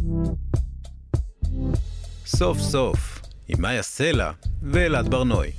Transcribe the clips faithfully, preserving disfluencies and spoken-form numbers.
סוף סוף, עם מאיה סלע ואלעד ברנוי.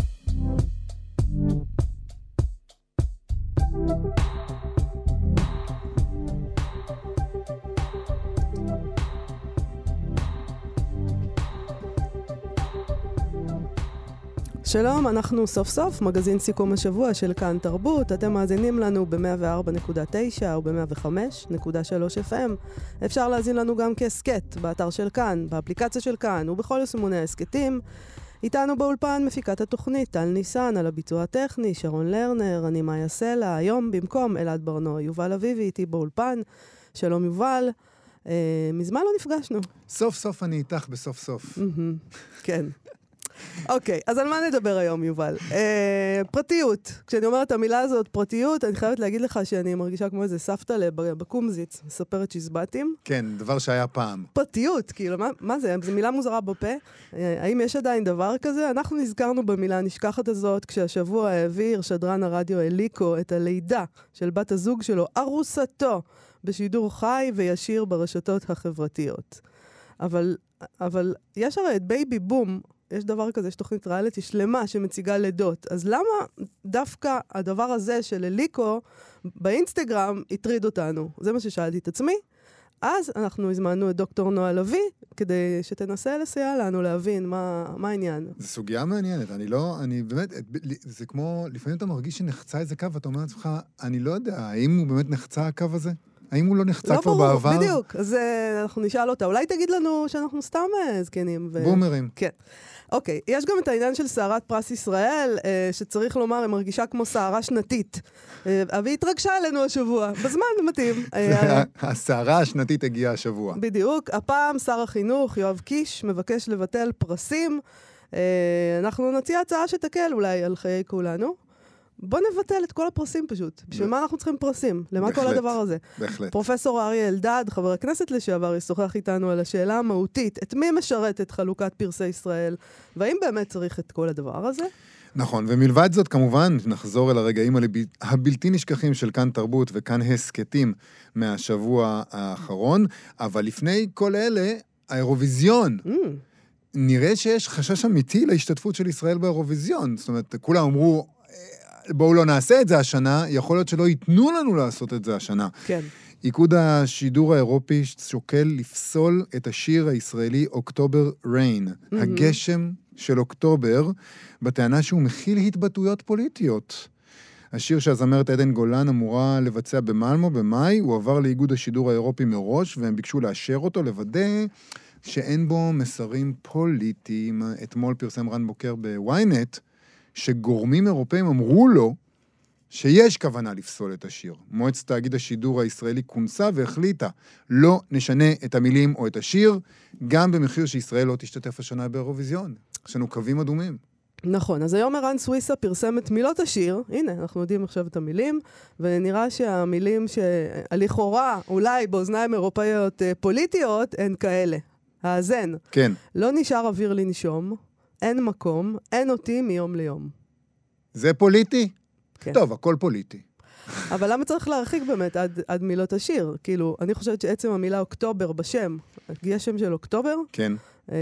שלום, אנחנו סוף סוף, מגזין סיכום השבוע של כאן תרבות. אתם מאזינים לנו ב-מאה וארבע נקודה תשע או ב-מאה וחמש נקודה שלוש אף אם. אפשר להאזין לנו גם כסקט, באתר של כאן, באפליקציה של כאן ובכל יישומוני הסקטים. איתנו באולפן מפיקת התוכנית, טל ניסן, על הביצוע הטכני, שרון לרנר, אני מאיה סלע. היום במקום אלעד ברנוי, יובל אביבי איתי באולפן. שלום יובל. אה, מזמן לא נפגשנו. סוף סוף אני איתך בסוף סוף. כן. אוקיי, אז על מה נדבר היום, יובל? אה, פרטיות. כשאני אומרת המילה הזאת, פרטיות, אני חייבת להגיד לך שאני מרגישה כמו איזה סבתא בקומזיץ, מספרת שיזבטים. כן, דבר שהיה פעם. פרטיות, כאילו, מה, מה זה? זו מילה מוזרה בפה? אה, האם יש עדיין דבר כזה? אנחנו נזכרנו במילה הנשכחת הזאת, כשהשבוע העביר שדרן הרדיו אליקו את הלידה של בת הזוג שלו, ארוסתו, בשידור חי וישיר ברשתות החברתיות. אבל, אבל יש הרי את בייבי בום, יש דבר כזה, יש תוכנית ריאליטי שלמה שמציגה לידות. אז למה דווקא הדבר הזה של אליקו באינסטגרם הטריד אותנו? זה מה ששאלתי את עצמי. אז אנחנו הזמנו את דוקטור נועה לביא, כדי שתנסה לסייע לנו להבין מה, מה העניין. זו סוגיה מעניינת. אני לא, אני באמת, זה כמו, לפעמים אתה מרגיש שנחצה איזה קו, ואתה אומר לעצמך, אני לא יודע, האם הוא באמת נחצה הקו הזה? האם הוא לא נחצה לא כבר ברור, בעבר? בדיוק. אז אנחנו נשאל אותה. אולי תגיד לנו שאנחנו סתם זקנים. ו... בומרים. כן. אוקיי, יש גם את העניין של סערת פרס ישראל, אה, שצריך לומר, היא מרגישה כמו סערה שנתית. אה, והיא התרגשה עלינו השבוע, בזמן מתאים. אה, הסערה השנתית הגיעה השבוע. בדיוק. הפעם שר החינוך, יואב קיש, מבקש לבטל פרסים. אה, אנחנו נציע הצעה שתקל אולי על חיי כולנו. בוא נבטל את כל הפרסים פשוט. בשביל מה אנחנו צריכים פרסים? למה כל הדבר הזה? בהחלט. פרופסור אריה אלדד, חבר הכנסת לשעבר, ישוחח איתנו על השאלה המהותית, את מי משרת את חלוקת פרסי ישראל, והאם באמת צריך את כל הדבר הזה? נכון, ומלבד זאת כמובן נחזור אל הרגעים הבלתי נשכחים של כאן תרבות וכאן הסקטים מהשבוע האחרון, אבל לפני כל אלה, האירוויזיון. Mm. נראה שיש חשש אמיתי להשתתפות של ישראל באירוויזיון. זאת אומרת, כולם אמרו, בואו לא נעשה את זה השנה, יכול להיות שלא ייתנו לנו לעשות את זה השנה. כן. איגוד השידור האירופי שוקל לפסול את השיר הישראלי אוקטובר ריין, mm-hmm. הגשם של אוקטובר, בטענה שהוא מכיל התבטאויות פוליטיות. השיר שהזמרת עדן גולן אמורה לבצע במלמו במאי, הוא עבר לאיגוד השידור האירופי מראש, והם ביקשו לאשר אותו, לוודא שאין בו מסרים פוליטיים. אתמול פרסם רן בוקר בוויינט, שגורמים אירופאים אמרו לו שיש כוונה לפסול את השיר. מועצת תאגיד השידור הישראלי כונסה והחליטה לא נשנה את המילים או את השיר, גם במחיר שישראל לא תשתתף השנה באירוויזיון. יש לנו קווים אדומים. נכון, אז היום ערן סוויסה פרסם את מילות השיר, הנה, אנחנו יודעים עכשיו את המילים, ונראה שהמילים שלכאורה אולי באוזניים אירופאיות פוליטיות הן כאלה. האזן. כן. לא נשאר אוויר לנשום, אין מקום, אין אותי מיום ליום. זה פוליטי? כן. טוב, הכל פוליטי. אבל למה צריך להרחיק באמת עד, עד מילות השיר? כאילו, אני חושבת שעצם המילה אוקטובר בשם, הגשם של אוקטובר, כן. אה,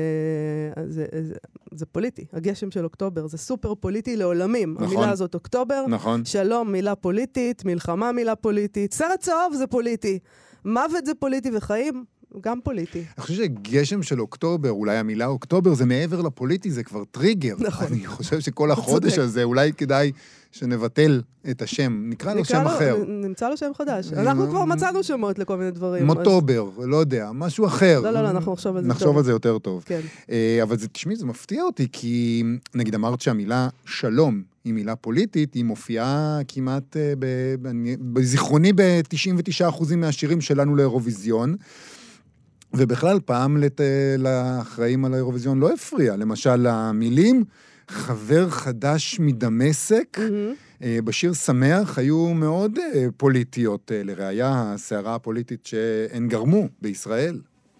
זה, זה, זה פוליטי. הגשם של אוקטובר זה סופר פוליטי לעולמים. נכון. המילה הזאת אוקטובר, נכון. שלום מילה פוליטית, מלחמה מילה פוליטית, סרט צהוב זה פוליטי, מוות זה פוליטי וחיים גם פוליטי. אני חושב שגשם של אוקטובר, אולי המילה אוקטובר, זה מעבר לפוליטי, זה כבר טריגר. נכון. אני חושב שכל החודש הזה, אולי כדאי שנבטל את השם. נקרא לו שם אחר. נמצא לו שם חדש. אנחנו כבר מצאנו שמות לכל מיני דברים. מוטובר, לא יודע, משהו אחר. לא, לא, לא, אנחנו נחשוב על זה טוב. נחשוב על זה יותר טוב. כן. אבל זה, תשמעי, זה מפתיע אותי, כי נגיד אמרת שהמילה שלום היא מילה פוליטית, היא מופיעה כמעט בזיכרוני ב-תשעים ותשעה אחוז מהשירים שלנו לאירוויזיון, ובכלל פעם לת... לאחראים על האירוויזיון לא הפריע. למשל, המילים חבר חדש מדמשק, mm-hmm. בשיר שמח היו מאוד פוליטיות, לראיה הסערה הפוליטית שהן גרמו בישראל.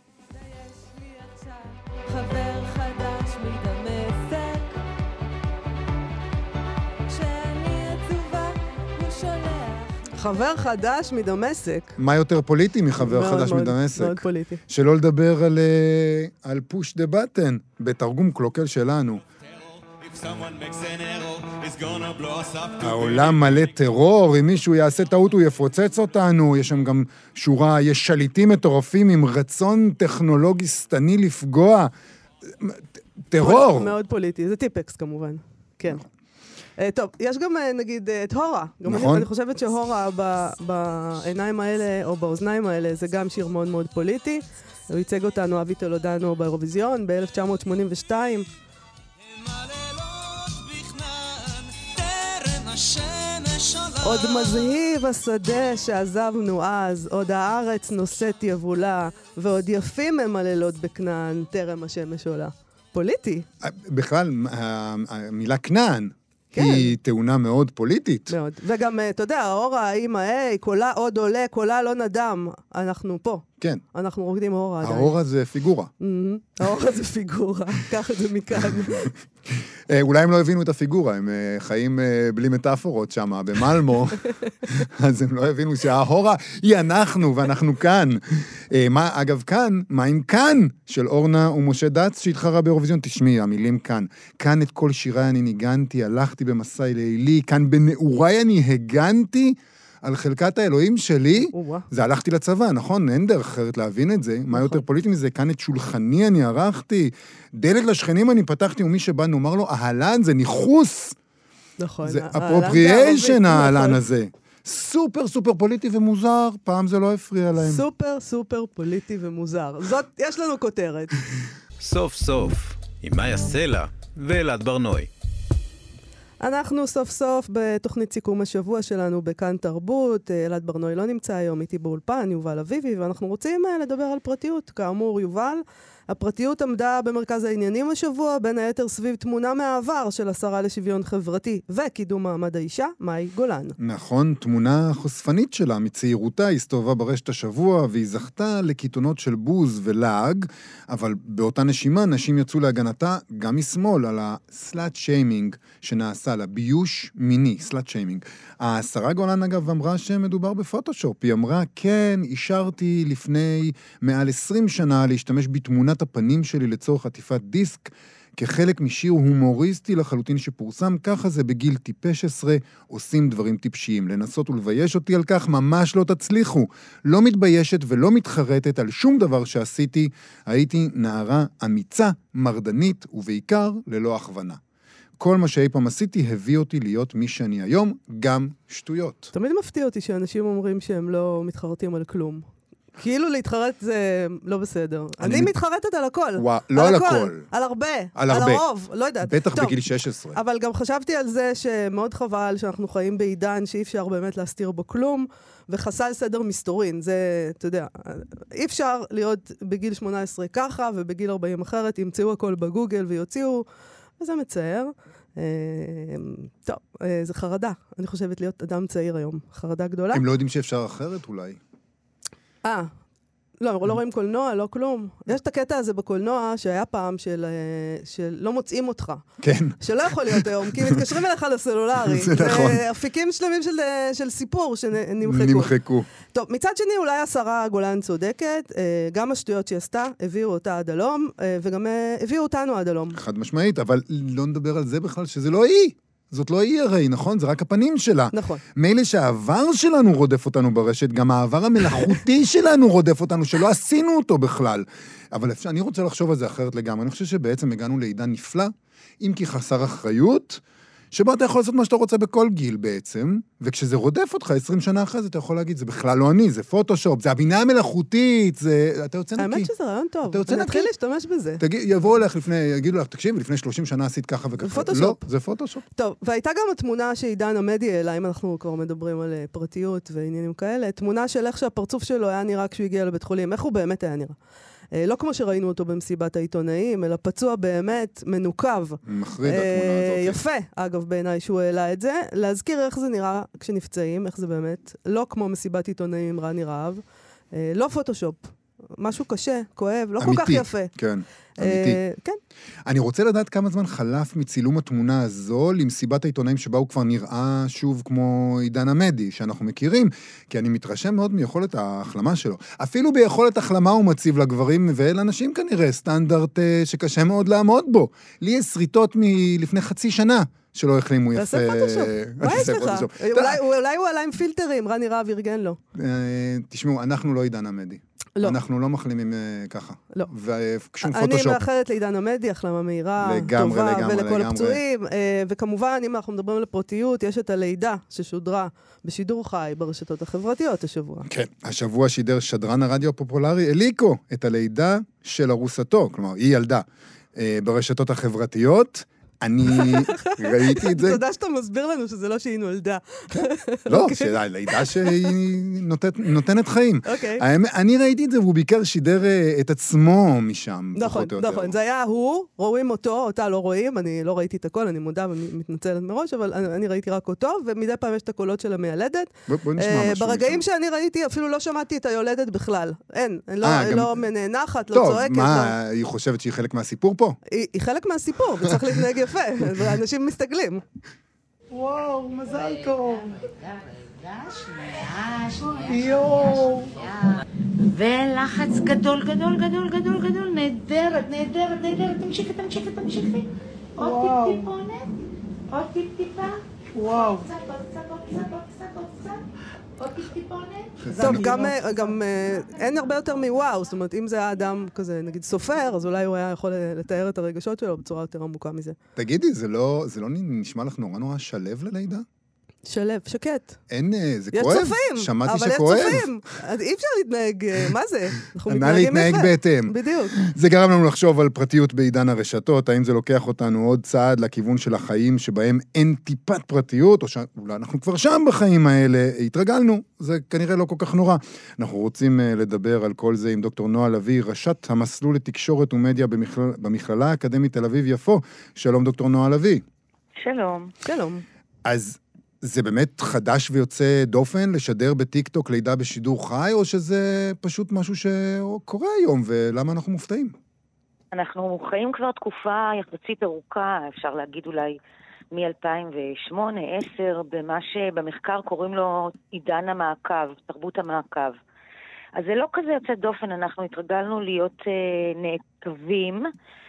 חבר חדש מדמשק, כשאני עצובה הוא שולח חבר חדש מדמשק. מה יותר פוליטי מחבר מאוד, חדש מאוד, מדמשק? מאוד פוליטי. שלא לדבר על, אה, על push the button, בתרגום קלוקל שלנו. העולם מלא טרור, אם מישהו יעשה טעות הוא יפוצץ אותנו, יש שם גם שורה, יש שליטים מטורפים עם רצון טכנולוגי סתני לפגוע. טרור. מאוד פוליטי, זה טיפקס כמובן, כן. טוב, יש גם נגיד את הורה. נכון. אני חושבת שהורה בעיניים האלה או באוזניים האלה זה גם שיר מאוד מאוד פוליטי. הוא ייצג אותנו אבי טולדנו באירוויזיון ב-אלף תשע מאות שמונים ושתיים. עוד מזהיב השדה שעזבנו אז, עוד הארץ נושאת יבולה, ועוד יפים הם הלילות בכנען, טרם השמש עולה. פוליטי. בכלל, המילה כנען כן. היא טעונה מאוד פוליטית. מאוד. וגם, אתה יודע, האורה, האמא, היי, קולה עוד עולה, קולה לא נדם. אנחנו פה. כן. אנחנו רוקדים האורה עדיין. האורה זה פיגורה. האורה זה פיגורה. קח את זה מכאן. אולי הם לא הבינו את הפיגורה, הם חיים בלי מטאפורות שם, במלמו, אז הם לא הבינו שההורה היא אנחנו, ואנחנו כאן. מה, אגב, כאן, מה עם כאן של אורנה ומשה דץ שהתחרה באירוויזיון? תשמעי, המילים כאן. כאן את כל שיריי אני ניגנתי, הלכתי במסעי לילי, כאן בנעוריי אני הגנתי, על חלקת האלוהים שלי, זה הלכתי לצבא, נכון? אין דרך אחרת להבין את זה. מה יותר פוליטי מזה? כאן את שולחני אני ערכתי, דלת לשכנים אני פתחתי, ומי שבא נאמר לו, אהלן זה ניחוס. נכון. זה אפרופריאשן האהלן הזה. סופר סופר פוליטי ומוזר, פעם זה לא הפריע להם. סופר סופר פוליטי ומוזר. זאת, יש לנו כותרת. סוף סוף, עם מאיה סלע ואלעד ברנוי. אנחנו סוף סוף בתוכנית סיכום השבוע שלנו בכאן תרבות. אלעד ברנוי לא נמצא היום איתי באולפן, יובל אביבי, ואנחנו רוצים לדבר על פרטיות. כאמור, יובל, הפרטיות עמדה במרכז העניינים השבוע, בין היתר סביב תמונה מהעבר של השרה לשוויון חברתי וקידום מעמד האישה, מאי גולן. נכון, תמונה חושפנית שלה מצעירותה הסתובבה ברשת השבוע, והיא זכתה לקיתונות של בוז ולעג, אבל באותה נשימה נשים יצאו להגנתה גם משמאל על הסלאט שיימינג שנעשה לה, ביוש מיני, סלאט שיימינג. השרה גולן אגב אמרה שמדובר בפוטושופ, היא אמרה כן, אישרתי לפני מעל עשרים שנה להשתמש בתמונת הפנים שלי לצורך עטיפת דיסק, כחלק משיר הומוריסטי לחלוטין שפורסם, ככה זה בגיל טיפש עשרה, עושים דברים טיפשיים. לנסות ולבייש אותי על כך ממש לא תצליחו. לא מתביישת ולא מתחרטת על שום דבר שעשיתי, הייתי נערה אמיצה, מרדנית ובעיקר ללא הכוונה. כל מה שאי פעם עשיתי הביא אותי להיות מי שאני היום, גם שטויות. תמיד מפתיע אותי שאנשים אומרים שהם לא מתחרטים על כלום. כאילו להתחרט זה לא בסדר. אני מתחרטת על הכל. לא על הכל. על הרבה. על הרבה. על הרוב, לא יודעת. בטח בגיל שש עשרה. אבל גם חשבתי על זה שמאוד חבל שאנחנו חיים בעידן שאי אפשר באמת להסתיר בו כלום, וחסל סדר מסתורין. זה, אתה יודע, אי אפשר להיות בגיל שמונה עשרה ככה, ובגיל ארבעים אחרת, ימצאו הכל בגוגל ויוציאו, וזה מצער. טוב, זה חרדה. אני חושבת להיות אדם צעיר היום. חרדה גדולה. הם לא יודעים שאפשר אחרת אולי. אה, לא, לא רואים קולנוע, לא כלום. יש את הקטע הזה בקולנוע שהיה פעם של, של לא מוצאים אותך. כן. שלא יכול להיות היום, כי מתקשרים אליך לסלולרי. זה נכון. אפיקים שלמים של, של סיפור שנמחקו. נמחקו. טוב, מצד שני, אולי השרה גולן צודקת, גם השטויות שהיא עשתה, הביאו אותה עד הלום, וגם הביאו אותנו עד הלום. חד משמעית, אבל לא נדבר על זה בכלל, שזה לא היא. זאת לא היא הרי, נכון? זה רק הפנים שלה. נכון. מילא שהעבר שלנו רודף אותנו ברשת, גם העבר המלאכותי שלנו רודף אותנו, שלא עשינו אותו בכלל. אבל אפשר, אני רוצה לחשוב על זה אחרת לגמרי. אני חושב שבעצם הגענו לעידן נפלא, אם כי חסר אחריות, שבו אתה יכול לעשות מה שאתה רוצה בכל גיל בעצם, וכשזה רודף אותך עשרים שנה אחרי זה, אתה יכול להגיד, זה בכלל לא אני, זה פוטושופ, זה הבינה המלאכותית, זה... אתה יוצא נקי. האמת שזה רעיון טוב. אתה יוצא אני נקי. אתחיל להשתמש בזה. תגיד, יבואו לך לפני, יגידו לך, תקשיב, לפני שלושים שנה עשית ככה וככה. זה פוטושופ. לא, זה פוטושופ. טוב, והייתה גם התמונה שעידן עמדי העלה, אם אנחנו כבר מדברים על פרטיות ועניינים כאלה, תמונה של איך שהפרצוף שלו היה נראה כשהוא הגיע לבית חולים, איך הוא באמת היה נראה. לא כמו שראינו אותו במסיבת העיתונאים, אלא פצוע באמת, מנוקב. מחריד התמונה הזאת. יפה, אגב, בעיניי שהוא העלה את זה. להזכיר איך זה נראה כשנפצעים, איך זה באמת. לא כמו מסיבת עיתונאים עם רני רהב. לא פוטושופ. משהו קשה, כואב, לא אמיתי, כל כך יפה. כן, אה, אמיתי. כן. אני רוצה לדעת כמה זמן חלף מצילום התמונה הזו למסיבת העיתונאים שבה הוא כבר נראה שוב כמו עידן עמדי, שאנחנו מכירים, כי אני מתרשם מאוד מיכולת ההחלמה שלו. אפילו ביכולת החלמה הוא מציב לגברים ולאנשים כנראה סטנדרט אה, שקשה מאוד לעמוד בו. לי יש שריטות מלפני חצי שנה. שלא החלימו יפה. תעשה פוטושופ. מה יש לך? אולי הוא עלה עם פילטרים, רני רהב ארגן לו. תשמעו, אנחנו לא עידן עמדי. לא. אנחנו לא מחלימים ככה. לא. ושום פוטושופ. אני מאחלת לעידן עמדי, החלמה מהירה, טובה, ולכל הפצועים. וכמובן, אם אנחנו מדברים על פרטיות, יש את הלידה ששודרה בשידור חי ברשתות החברתיות השבוע. כן, השבוע שידר שדרן הרדיו הפופולרי אליקו את הלידה של ארוסתו, כלומר, היא ילדה, ברשתות החברתיות. אני ראיתי את זה. תודה שאתה מסביר לנו שזה לא שהיא נולדה. לא, לידה שהיא נותנת חיים. אני ראיתי את זה, והוא בעיקר שידר את עצמו משם. נכון, נכון. זה היה הוא, רואים אותו, אותה לא רואים, אני לא ראיתי את הכל, אני מודה ומתנצלת מראש, אבל אני ראיתי רק אותו, ומדי פעם יש את הקולות של המיילדת. בוא נשמע משהו. ברגעים שאני ראיתי, אפילו לא שמעתי את היולדת בכלל. אין, לא מננחת, לא צועקת. טוב, מה, היא חושבת שהיא חלק מהסיפור פה? היא חלק מהסיפור, וצריך להתנהג יפה. ואנשים מסתגלים. וואו, מזל טוב. יואו. ולחץ גדול, גדול, גדול, גדול, גדול, נהדרת, נהדרת, נהדרת, תמשיקי, תמשיקי, תמשיקי. עוד טיפ טיפונת, עוד טיפ טיפה. וואו. קצת, עוד קצת, עוד קצת, עוד קצת, עוד קצת. עוד טיפ טיפונת. טוב, גם אין הרבה יותר מוואו, זאת אומרת, אם זה היה אדם כזה, נגיד סופר, אז אולי הוא היה יכול לתאר את הרגשות שלו בצורה יותר עמוקה מזה. תגידי, זה לא נשמע לך נורא נורא שלב ללידה? שלב, שקט. אין, זה יש כואב. צופים, שמעתי אבל שכואב. יש צופים. אז אי אפשר להתנהג, מה זה? אנחנו נא מתנהגים להתנהג יפה. בהתאם. בדיוק. זה גרם לנו לחשוב על פרטיות בעידן הרשתות, האם זה לוקח אותנו עוד צעד לכיוון של החיים שבהם אין טיפת פרטיות, או שאולי אנחנו כבר שם בחיים האלה, התרגלנו, זה כנראה לא כל כך נורא. אנחנו רוצים לדבר על כל זה עם דוקטור נועה לביא, ראשת המסלול לתקשורת ומדיה במכלל, במכללה האקדמית תל אביב-יפו. שלום דוקטור נועה לביא. שלום. שלום. אז זה באמת חדש ויוצא דופן לשדר בטיקטוק לידה בשידור חי, או שזה פשוט משהו שקורה היום, ולמה אנחנו מופתעים? אנחנו חיים כבר תקופה יחסית ארוכה, אפשר להגיד אולי מ-אלפיים ושמונה עשר, במה שבמחקר קוראים לו עידן המעקב, תרבות המעקב. אז זה לא כזה יוצא דופן, אנחנו התרגלנו להיות אה, נעקבים,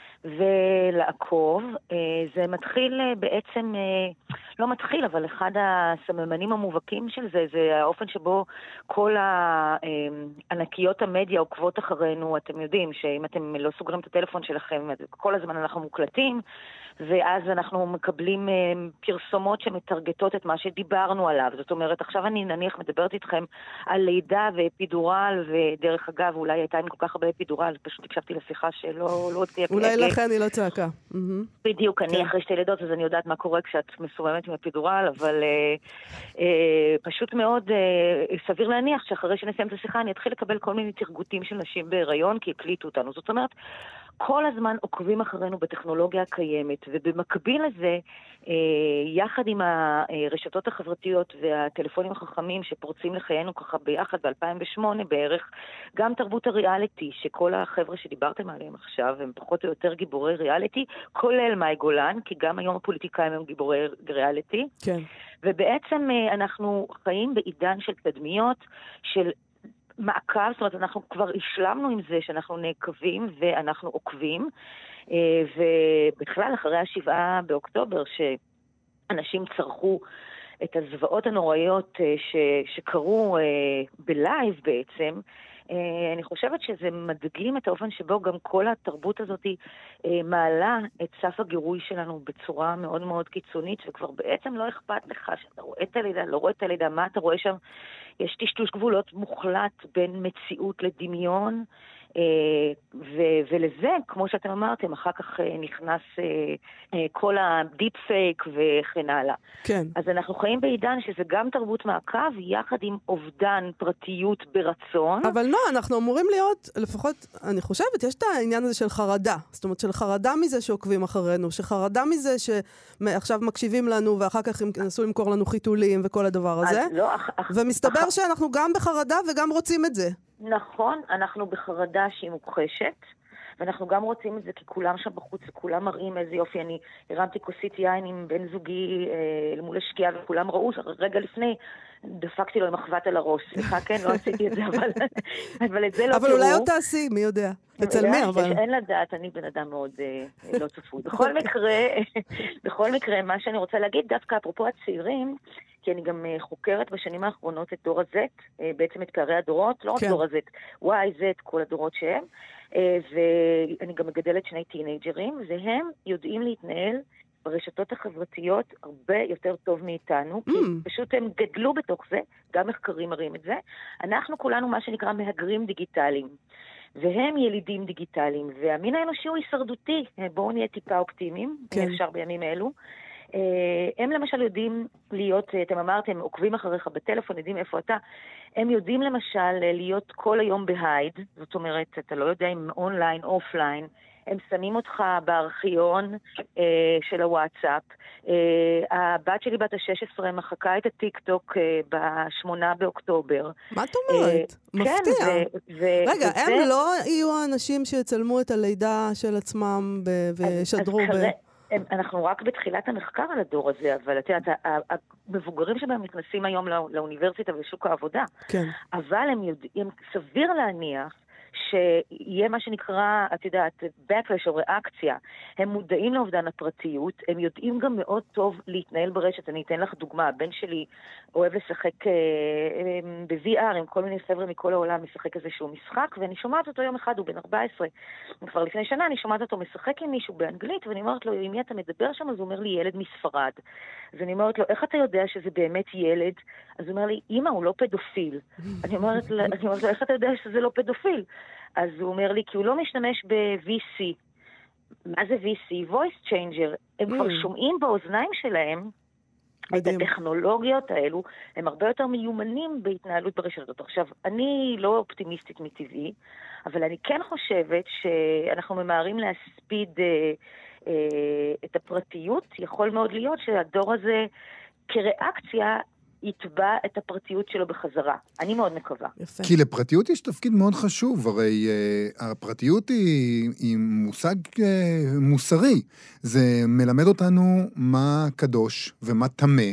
ולעקוב. זה מתחיל בעצם, לא מתחיל, אבל אחד הסממנים המובהקים של זה, זה האופן שבו כל הענקיות המדיה עוקבות אחרינו. אתם יודעים שאם אתם לא סוגרים את הטלפון שלכם, כל הזמן אנחנו מוקלטים, ואז אנחנו מקבלים פרסומות שמתרגטות את מה שדיברנו עליו. זאת אומרת, עכשיו אני נניח מדברת איתכם על לידה ואפידורל, ודרך אגב, אולי הייתה עם כל כך הרבה אפידורל, פשוט הקשבתי לשיחה שלא לא תהיה... אולי לכן היא לא צעקה. בדיוק, אני אחרי שתי לידות, אז אני יודעת מה קורה כשאת מסוממת עם אפידורל, אבל אה, אה, פשוט מאוד אה, סביר להניח שאחרי שנסיים את השיחה, אני אתחיל לקבל כל מיני תרגותים של נשים בהיריון, כי הקליטו אותנו. זאת אומרת, כל הזמן עוקבים אחרינו בטכנולוגיה הקיימת, ובמקביל לזה, יחד עם הרשתות החברתיות והטלפונים החכמים שפורצים לחיינו ככה ביחד ב-אלפיים ושמונה בערך, גם תרבות הריאליטי, שכל החבר'ה שדיברתם עליהם עכשיו הם פחות או יותר גיבורי ריאליטי, כולל מאי גולן, כי גם היום הפוליטיקאים הם גיבורי ריאליטי. כן. ובעצם אנחנו חיים בעידן של תדמיות, של מעקב, זאת אומרת, אנחנו כבר השלמנו עם זה שאנחנו נעקבים ואנחנו עוקבים, ובכלל אחרי השבעה באוקטובר שאנשים צרכו את הזוועות הנוראיות ש- שקרו בלייב בעצם, אני חושבת שזה מדגים את האופן שבו גם כל התרבות הזאת מעלה את סף הגירוי שלנו בצורה מאוד מאוד קיצונית, וכבר בעצם לא אכפת לך שאתה רואה את הלידה, לא רואה את הלידה, מה אתה רואה שם? יש טשטוש גבולות מוחלט בין מציאות לדמיון, ו- ולזה, כמו שאתם אמרתם, אחר כך נכנס כל הדיפ פייק וכן הלאה. כן. אז אנחנו חיים בעידן שזה גם תרבות מעקב, יחד עם אובדן פרטיות ברצון. אבל לא, אנחנו אמורים להיות, לפחות, אני חושבת, יש את העניין הזה של חרדה. זאת אומרת, של חרדה מזה שעוקבים אחרינו, שחרדה מזה שעכשיו מקשיבים לנו, ואחר כך ינסו למכור לנו חיתולים וכל הדבר הזה. אז לא, אח, ומסתבר אח... שאנחנו גם בחרדה וגם רוצים את זה. נכון, אנחנו בחרדה שהיא מוכחשת, ואנחנו גם רוצים את זה כי כולם שם בחוץ, וכולם מראים איזה יופי. אני הרמתי כוסית יין עם בן זוגי אה, מול השקיעה, וכולם ראו, רגע לפני דפקתי לו עם מחבת על הראש. סליחה, כן, לא עשיתי את זה, אבל, אבל את זה לא אבל תראו. אולי עוד תעשי, מי יודע? אצל מי, אבל... אין לדעת, אני בן אדם מאוד אה, לא צפוי. בכל מקרה, בכל מקרה, מה שאני רוצה להגיד, דווקא אפרופו הצעירים, כי אני גם חוקרת בשנים האחרונות את דור ה-Z, בעצם את פערי הדורות, לא רק דור ה-Z, Y, Z, כל הדורות שהם, ואני גם מגדלת שני טינג'רים, והם יודעים להתנהל ברשתות החברתיות הרבה יותר טוב מאיתנו, כי פשוט הם גדלו בתוך זה, גם מחקרים מראים את זה. אנחנו כולנו מה שנקרא מהגרים דיגיטליים, והם ילידים דיגיטליים, והמין האנושי הוא הישרדותי, בואו נהיה טיפה אופטימיים, אם אפשר בימים אלו. הם למשל יודעים להיות, אתם אמרתם, עוקבים אחריך בטלפון, יודעים איפה אתה, הם יודעים למשל להיות כל היום בהייד, זאת אומרת, אתה לא יודע אם אונליין, אופליין, הם שמים אותך בארכיון אה, של הוואטסאפ. אה, הבת שלי בת ה-שש עשרה מחקה את הטיק-טוק אה, בשמונה באוקטובר. מה את אומרת? אה, מפתיע. כן, ו- ו- רגע, וזה... הם לא יהיו האנשים שיצלמו את הלידה של עצמם ב- ושדרו אז, אז ב... כרה... אנחנו רק בתחילת המחקר על הדור הזה, אבל את יודעת, המבוגרים שבהם נכנסים היום לא, לאוניברסיטה ולשוק העבודה, כן. אבל הם יודעים, סביר להניח שיהיה מה שנקרא, את יודעת, backlash או ריאקציה. הם מודעים לאובדן הפרטיות, הם יודעים גם מאוד טוב להתנהל ברשת. אני אתן לך דוגמה, הבן שלי אוהב לשחק אה, אה, ב-וי אר עם כל מיני חבר'ה מכל העולם, משחק איזשהו משחק, ואני שומעת אותו יום אחד, הוא בן ארבע עשרה, כבר לפני שנה אני שומעת אותו משחק עם מישהו באנגלית, ואני אומרת לו, עם מי אתה מדבר שם? אז הוא אומר לי, ילד מספרד. אז אני אומרת לו, איך אתה יודע שזה באמת ילד? אז הוא אומר לי, אמא, הוא לא פדופיל. אני אומרת לו, אני אומרת לו, איך אתה יודע שזה לא פדופיל? אז הוא אומר לי, כי הוא לא משתמש ב-וי סי. מה זה וי סי? voice changer. הם כבר שומעים באוזניים שלהם את הטכנולוגיות האלו, הם הרבה יותר מיומנים בהתנהלות ברשתות. עכשיו, אני לא אופטימיסטית מטבעי, אבל אני כן חושבת שאנחנו ממהרים להספיד אה, אה, את הפרטיות. יכול מאוד להיות שהדור הזה כריאקציה יתבע את הפרטיות שלו בחזרה. אני מאוד מקווה. יפה. כי לפרטיות יש תפקיד מאוד חשוב, הרי uh, הפרטיות היא, היא מושג uh, מוסרי. זה מלמד אותנו מה קדוש ומה תמה,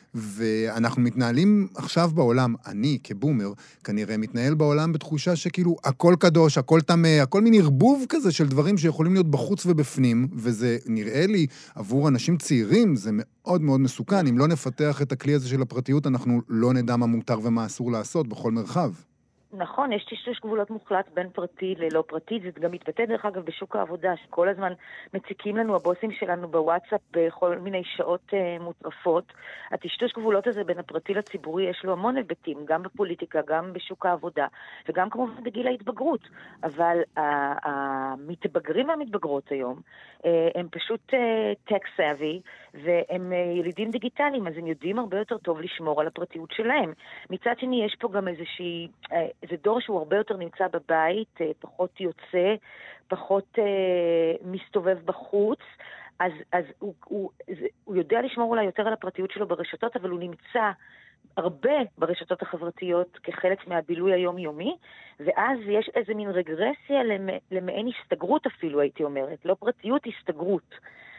ואנחנו מתנהלים עכשיו בעולם, אני כבומר, כנראה מתנהל בעולם בתחושה שכאילו הכל קדוש, הכל תמה, הכל מין ערבוב כזה של דברים שיכולים להיות בחוץ ובפנים, וזה נראה לי עבור אנשים צעירים, זה מאוד מאוד מסוכן. אם לא נפתח את הכלי הזה של הפרטיות, אנחנו לא נדע מה מותר ומה אסור לעשות בכל מרחב. נכון, יש טשטוש גבולות מוחלט בין פרטי ללא פרטי, זה גם מתבטא דרך אגב בשוק העבודה, שכל הזמן מציקים לנו הבוסים שלנו בוואטסאפ בכל מיני שעות uh, מוטרפות. הטשטוש גבולות הזה בין הפרטי לציבורי יש לו המון היבטים, גם בפוליטיקה, גם בשוק העבודה, וגם כמובן בגיל ההתבגרות. אבל uh, המתבגרים והמתבגרות היום, uh, הם פשוט uh, tech savvy, והם uh, ילידים דיגיטליים, אז הם יודעים הרבה יותר טוב לשמור על הפרטיות שלהם. מצד שני, יש פה גם איזושהי... Uh, זה דור שהוא הרבה יותר נמצא בבית, פחות יוצא, פחות אה, מסתובב בחוץ, אז, אז הוא, הוא, זה, הוא יודע לשמור אולי יותר על הפרטיות שלו ברשתות, אבל הוא נמצא הרבה ברשתות החברתיות כחלק מהבילוי היומיומי, ואז יש איזה מין רגרסיה למעין הסתגרות אפילו, הייתי אומרת, לא פרטיות, הסתגרות.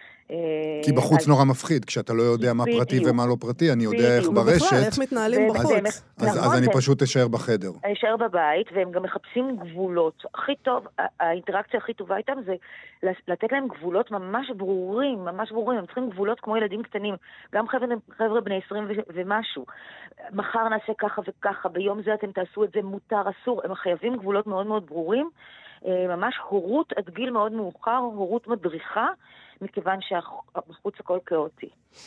כי בחוץ נורא מפחיד, כשאתה לא יודע מה פרטי ומה לא פרטי, אני יודע איך ברשת. ובכלל, איך מתנהלים בחוץ. אז אני פשוט אשאר בחדר. אני אשאר בבית, והם גם מחפשים גבולות. הכי טוב, האינטראקציה הכי טובה איתם זה לתת להם גבולות ממש ברורים, ממש ברורים. הם צריכים גבולות כמו ילדים קטנים, גם חבר'ה בני עשרים ומשהו. מחר נעשה ככה וככה, ביום זה אתם תעשו את זה מותר, אסור. הם חייבים גבולות מאוד מאוד ברורים, ממש הורות עד גיל מאוד מאוחר, הורות מדריכה, מכיוון שבחוץ הכל כאוטי.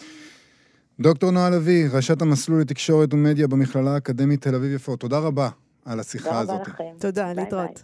דוקטור נועה לביא, ראשת המסלול לתקשורת ומדיה במכללה האקדמית תל אביב-יפו, תודה רבה על השיחה הזאת. תודה רבה לכם. תודה, להתראות.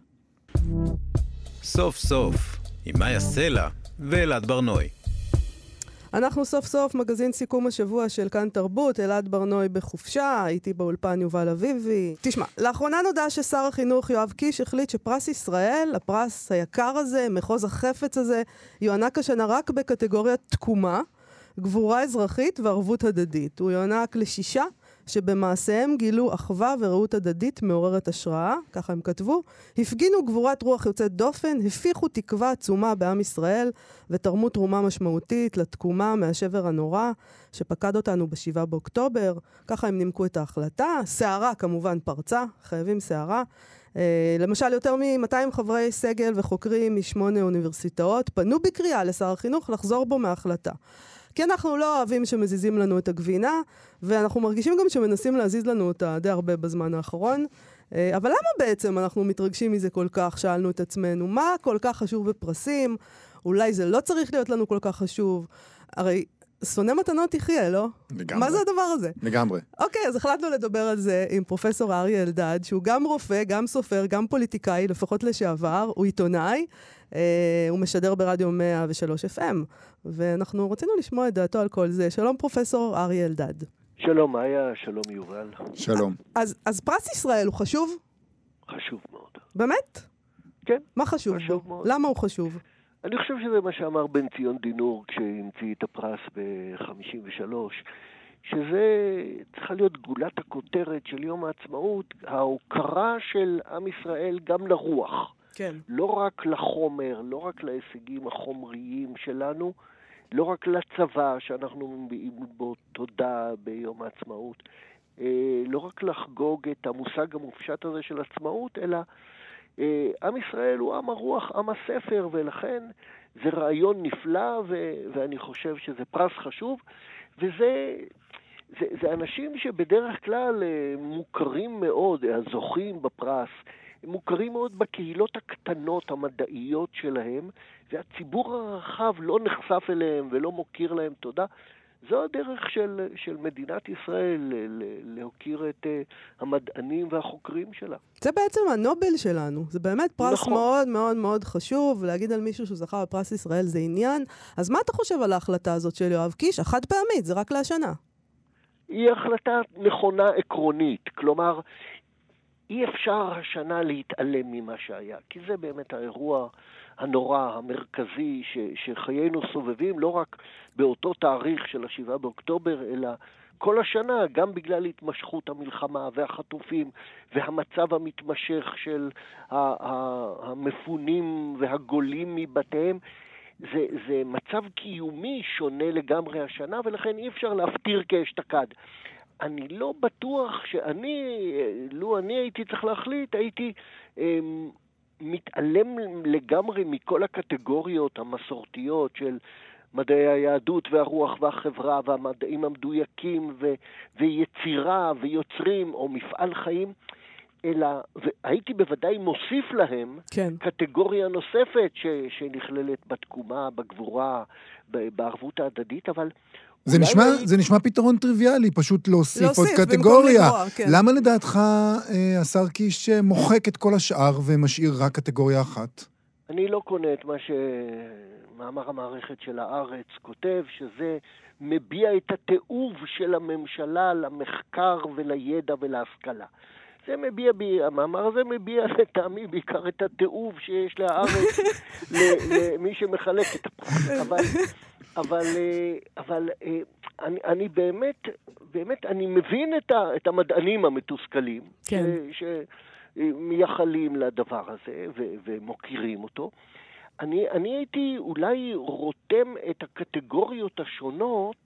סוף סוף, עם מאיה סלע ואלעד ברנוי. אנחנו סוף סוף מגזין סיכום השבוע של כאן תרבות, אלעד ברנוי בחופשה, הייתי באולפן יובל אביבי. תשמע, לאחרונה נודע ששר החינוך יואב קיש החליט שפרס ישראל, הפרס היקר הזה, מחוז החפץ הזה, יוענק השנה רק בקטגוריית תקומה, גבורה אזרחית וערבות הדדית. הוא יוענק לשישה שבמעשיהם גילו אחווה ורעות הדדית מעוררת השראה, ככה הם כתבו, הפגינו גבורת רוח יוצאת דופן, הפיחו תקווה עצומה בעם ישראל, ותרמו תרומה משמעותית לתקומה מהשבר הנורא, שפקד אותנו בשבעה באוקטובר, ככה הם נימקו את ההחלטה, שערה כמובן פרצה, חייבים שערה, Uh, למשל, יותר מ-מאתיים חברי סגל וחוקרים משמונה אוניברסיטאות פנו בקריאה לשר החינוך לחזור בו מההחלטה. כי אנחנו לא אוהבים שמזיזים לנו את הגבינה, ואנחנו מרגישים גם שמנסים להזיז לנו אותה די הרבה בזמן האחרון. Uh, אבל למה בעצם אנחנו מתרגשים מזה כל כך? שאלנו את עצמנו, מה כל כך חשוב בפרסים? אולי זה לא צריך להיות לנו כל כך חשוב. הרי שונא מתנות יחיה, לא? לגמרי. מה זה הדבר הזה? לגמרי. אוקיי, אז החלטנו לדבר על זה עם פרופסור אריה אלדד, שהוא גם רופא, גם סופר, גם פוליטיקאי, לפחות לשעבר, הוא עיתונאי, אה, הוא משדר ברדיו מאה ושלוש אף אם, ואנחנו רצינו לשמוע את דעתו על כל זה. שלום פרופסור אריה אלדד. שלום מאיה, שלום יובל. שלום. אז, אז פרס ישראל הוא חשוב? חשוב מאוד. באמת? כן. מה חשוב, חשוב בו? מאוד. למה הוא חשוב? אני חושב שזה מה שאמר בן ציון דינור כשהמציא את הפרס ב-חמישים ושלוש, שזה צריכה להיות גולת הכותרת של יום העצמאות, ההוקרה של עם ישראל גם לרוח. כן. לא רק לחומר, לא רק להישגים החומריים שלנו, לא רק לצבא שאנחנו מביאים בו תודה ביום העצמאות, לא רק לחגוג את המושג המופשט הזה של עצמאות, אלא עם ישראל הוא עם הרוח, עם הספר, ולכן זה רעיון נפלא, ו- ואני חושב שזה פרס חשוב, וזה זה, זה אנשים שבדרך כלל מוכרים מאוד, הזוכים בפרס, מוכרים מאוד בקהילות הקטנות המדעיות שלהם, והציבור הרחב לא נחשף אליהם ולא מוקיר להם תודה. זו הדרך של, של מדינת ישראל להוקיר את uh, המדענים והחוקרים שלה. זה בעצם הנובל שלנו. זה באמת פרס נכון. מאוד מאוד מאוד חשוב. להגיד על מישהו שזכה בפרס ישראל זה עניין. אז מה אתה חושב על ההחלטה הזאת של יואב קיש? החד פעמית, זה רק להשנה. היא החלטה נכונה עקרונית. כלומר, אי אפשר השנה להתעלם ממה שהיה. כי זה באמת האירוע הנורא, המרכזי, ש, שחיינו סובבים, לא רק באותו תאריך של השבעה באוקטובר, אלא כל השנה, גם בגלל התמשכות המלחמה והחטופים, והמצב המתמשך של המפונים והגולים מבתיהם, זה, זה מצב קיומי שונה לגמרי השנה, ולכן אי אפשר להפטיר כאשתקד. אני לא בטוח שאני, לו אני הייתי צריך להחליט, הייתי אמ, מתעלם לגמרי מכל הקטגוריות המסורתיות של מדעי היהדות והרוח והחברה והמדעים המדויקים ו, ויצירה ויוצרים או מפעל חיים, אלא הייתי בוודאי מוסיף להם כן. קטגוריה נוספת ש, שנכללת בתקומה, בגבורה, בערבות ההדדית, אבל זה נשמע, זה נשמע פתרון טריוויאלי, פשט להוסיף, להוסיף עוד קטגוריה. לגרוע, כן. למה לדעתך אה, השר קיש מוחק את כל השאר ומשאיר רק קטגוריה אחת? אני לא קונה את מה שמאמר המערכת של הארץ כותב, שזה מביע את התיעוב של הממשלה למחקר ולידע ולהשכלה. זה מביע, בי, המאמר הזה מביע לטעמי בעיקר את התיעוב שיש לארץ למי שמחלק את הפרס. אבל, אבל, אבל אני, אני באמת, באמת, אני מבין את, ה, את המדענים המתוסכלים, כן. ש, שמייחלים לדבר הזה ו, ומוכירים אותו. אני, אני הייתי אולי רותם את הקטגוריות השונות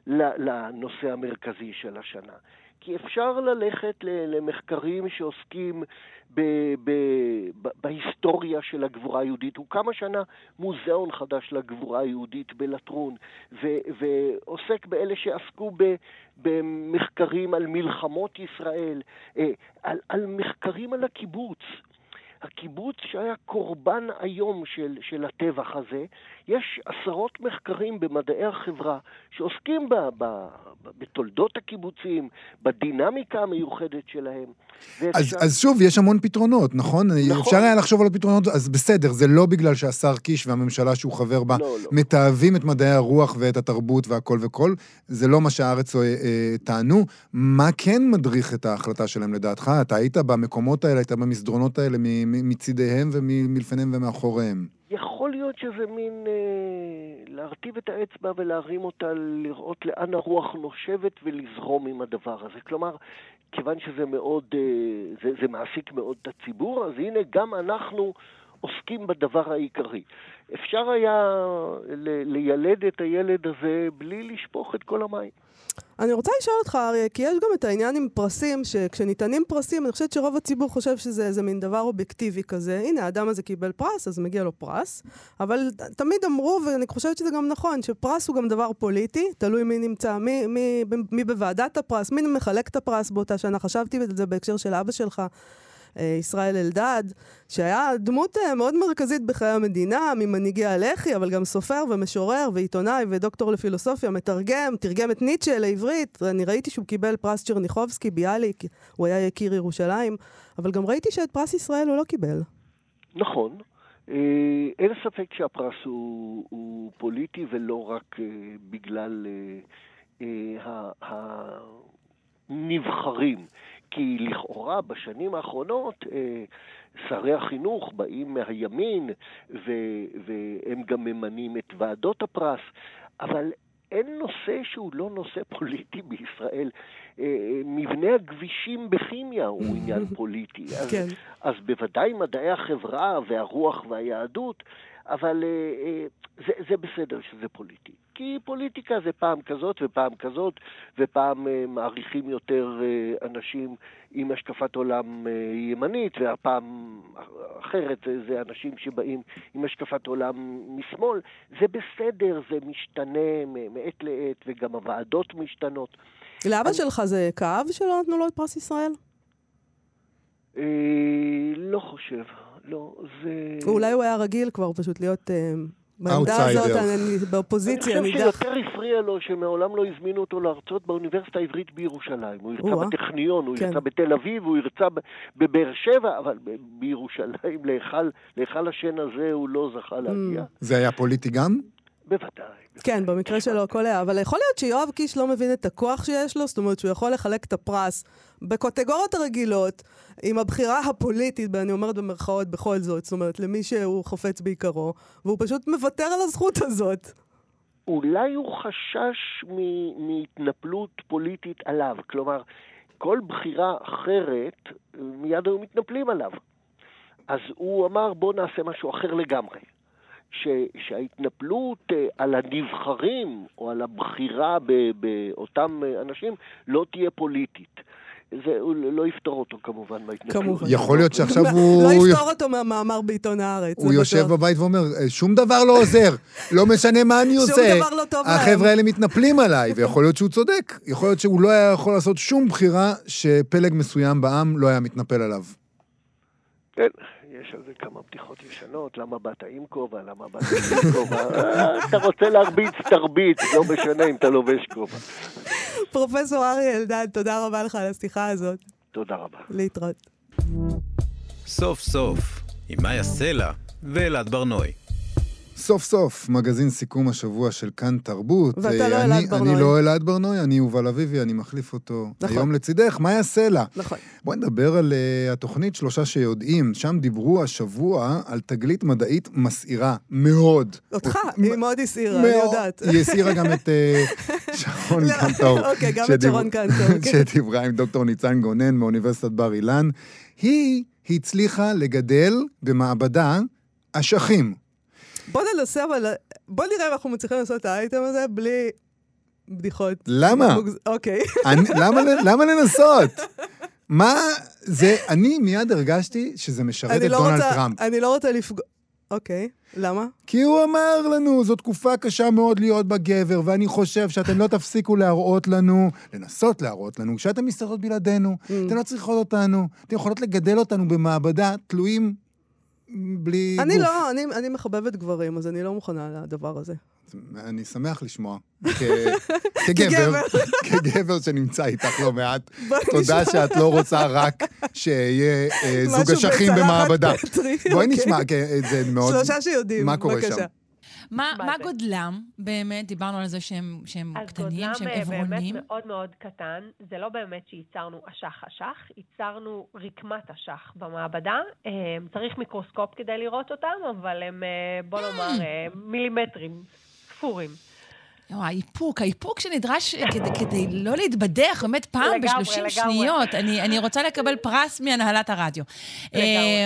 לנושא המרכזי של השנה. כי אפשר ללכת למחקרים שעוסקים ב, ב, ב, בהיסטוריה של הגבורה היהודית. הוא כמה שנה מוזיאון חדש לגבורה היהודית בלטרון, ו, ועוסק באלה שעסקו ב, במחקרים על מלחמות ישראל, על, על מחקרים על הקיבוץ. הקיבוץ שהיה קורבן היום של, של הטבח הזה, יש עשרות מחקרים במדעי החברה שעוסקים ב, ב, ב, בתולדות הקיבוצים, בדינמיקה המיוחדת שלהם. אז, אז שוב, יש המון פתרונות, נכון? נכון? אפשר היה לחשוב על פתרונות, אז בסדר, זה לא בגלל שהשר קיש והממשלה שהוא חבר בה, לא, לא. מתאהבים את מדעי הרוח ואת התרבות והכל וכל, זה לא מה שהארץ אה, אה, טענו. מה כן מדריך את ההחלטה שלהם לדעתך? אתה היית במקומות האלה, היית במסדרונות האלה, מ- מ- מצידיהם ומלפניהם ומאחוריהם. יכול להיות שזה מין אה, להרטיב את האצבע ולהרים אותה, לראות לאן הרוח נושבת ולזרום עם הדבר הזה. כלומר, כיוון שזה מאוד, אה, זה, זה מעסיק מאוד את הציבור, אז הנה גם אנחנו עוסקים בדבר העיקרי. אפשר היה ל- לילד את הילד הזה בלי לשפוך את כל המים. אני רוצה לשאול אותך, אריה, כי יש גם את העניין עם פרסים, שכשניתנים פרסים, אני חושבת שרוב הציבור חושב שזה איזה מין דבר אובייקטיבי כזה. הנה, האדם הזה קיבל פרס, אז מגיע לו פרס. אבל תמיד אמרו, ואני חושבת שזה גם נכון, שפרס הוא גם דבר פוליטי, תלוי מי נמצא, מי, מי, מי בוועדת הפרס, מי מחלק את הפרס באותה שנה. חשבתי את זה בהקשר של אבא שלך, ישראל אלדד, שהיה דמות מאוד מרכזית בחיי המדינה, ממנהיגי הלח"י, אבל גם סופר ומשורר ועיתונאי ודוקטור לפילוסופיה, מתרגם, תרגם את ניטשה לעברית. אני ראיתי שהוא קיבל פרס צ'רניחובסקי, ביאליק, הוא היה יקיר ירושלים, אבל גם ראיתי שאת פרס ישראל הוא לא קיבל. נכון. אין ספק שהפרס הוא, הוא פוליטי ולא רק בגלל הנבחרים. כי לכאורה בשנים האחרונות אה, שרי החינוך באים מהימין ו- והם גם ממנים את ועדות הפרס, אבל אין נושא שהוא לא נושא פוליטי בישראל. אה, מבנה הכבישים בכימיה הוא עניין פוליטי. אז, כן. אז בוודאי מדעי החברה והרוח והיהדות, אבל אה, אה, זה, זה בסדר שזה פוליטי. כי פוליטיקה זה פעם כזאת ופעם כזאת, ופעם אה, מעריכים יותר אה, אנשים עם השקפת עולם אה, ימנית, והפעם אחרת זה, זה אנשים שבאים עם השקפת עולם משמאל. זה בסדר, זה משתנה מעת לעת, וגם הוועדות משתנות. לאבא אני... שלך זה כאב שלא נתנו לו את פרס ישראל? אה, לא חושב, לא, זה... אולי הוא היה רגיל כבר פשוט להיות... אה... בעמדה הזאת, אני באופוזיציה, אני נידח. חושב שיותר הפריע לו שמעולם לא הזמינו אותו להרצות באוניברסיטה העברית בירושלים. הוא הרצה בטכניון, הוא הרצה בתל אביב, הוא הרצה בבאר שבע, אבל בירושלים, להיכל השן הזה הוא לא זכה להגיע. זה היה פוליטי גם? בוודאי. כן, במקרה שלו הכל היה. אבל יכול להיות שיואב קיש לא מבין את הכוח שיש לו, זאת אומרת שהוא יכול לחלק את הפרס בקטגוריות הרגילות, עם הבחירה הפוליטית, אני אומרת במרכאות בכל זאת, זאת אומרת, למי שהוא חופץ בעיקרו, והוא פשוט מוותר על הזכות הזאת. אולי הוא חשש מהתנפלות פוליטית עליו, כלומר, כל בחירה אחרת, מיד היו מתנפלים עליו. אז הוא אמר, בוא נעשה משהו אחר לגמרי. ש, שההתנפלות על הנבחרים או על הבחירה באותם אנשים לא תהיה פוליטית. זה לא יפתור אותו כמובן מההתנפלות. יכול להיות שעכשיו הוא... לא יפתור אותו מהמאמר בעיתון הארץ. הוא יושב בבית ואומר, שום דבר לא עוזר, לא משנה מה אני עושה. שום דבר לא טוב להם. החבר'ה האלה מתנפלים עליי, ויכול להיות שהוא צודק. יכול להיות שהוא לא היה יכול לעשות שום בחירה שפלג מסוים בעם לא היה מתנפל עליו. כן. יש על זה כמה בדיחות ישנות, למה באת עם כובע, למה באת עם כובע. אתה רוצה להרביץ, תרביץ, לא משנה אם אתה לובש כובע. פרופסור אריה אלדד, תודה רבה לך על השיחה הזאת. תודה רבה. להתראות. סוף סוף, עם מאיה סלע ואלעד ברנוי. סוף סוף, מגזין סיכום השבוע של כאן תרבות. ואתה לא אלעד ברנוי. אני לא אלעד ברנוי, אני יובל אביבי, אני מחליף אותו נכון. היום לצידך. מאיה סלע. נכון. בואי נדבר על uh, התוכנית שלושה שיודעים. שם דיברו השבוע על תגלית מדעית מסעירה מאוד. אותך, היא מאוד הסעירה, אני יודעת. היא הסעירה גם את שרון קנטור. אוקיי, גם את שרון קנטור. שדיברה עם דוקטור ניצן גונן מאוניברסיטת בר אילן. היא הצליחה לגדל במעבדה אשכים. בוא ננסה, אבל בוא נראה אם אנחנו מצליחים לעשות את האייטם הזה בלי בדיחות. למה? אוקיי. למה לנסות? מה זה, אני מיד הרגשתי שזה משרת את דונלד טראמפ. אני לא רוצה לפגוע. אוקיי, למה? כי הוא אמר לנו, זו תקופה קשה מאוד להיות בגבר, ואני חושב שאתם לא תפסיקו להראות לנו, לנסות להראות לנו, שאתם מסתדרות בלעדינו, אתם לא צריכות אותנו, אתם יכולות לגדל אותנו במעבדה, תלויים בלי אני גוף. לא, אני, אני מחבבת גברים, אז אני לא מוכנה לדבר הזה. אני שמח לשמוע. כגבר, כגבר שנמצא איתך לא מעט. תודה שאת לא רוצה רק שיהיה זוג אשכים במעבדה. בואי נשמע, זה מאוד... שלושה שיודעים, מה קורה שם? מה, מה גודלם באמת? דיברנו על זה שהם, שהם קטנים, שהם עברונים. אז גודלם באמת מאוד מאוד קטן. זה לא באמת שייצרנו אשח אשח, ייצרנו רקמת אשח במעבדה. צריך מיקרוסקופ כדי לראות אותם, אבל הם, בוא נאמר, מילימטרים, ספורים. האיפוק, האיפוק שנדרש כדי, כדי לא להתבדח, באמת פעם ב-שלושים שניות. אני, אני רוצה לקבל פרס מהנהלת הרדיו. לגמרי.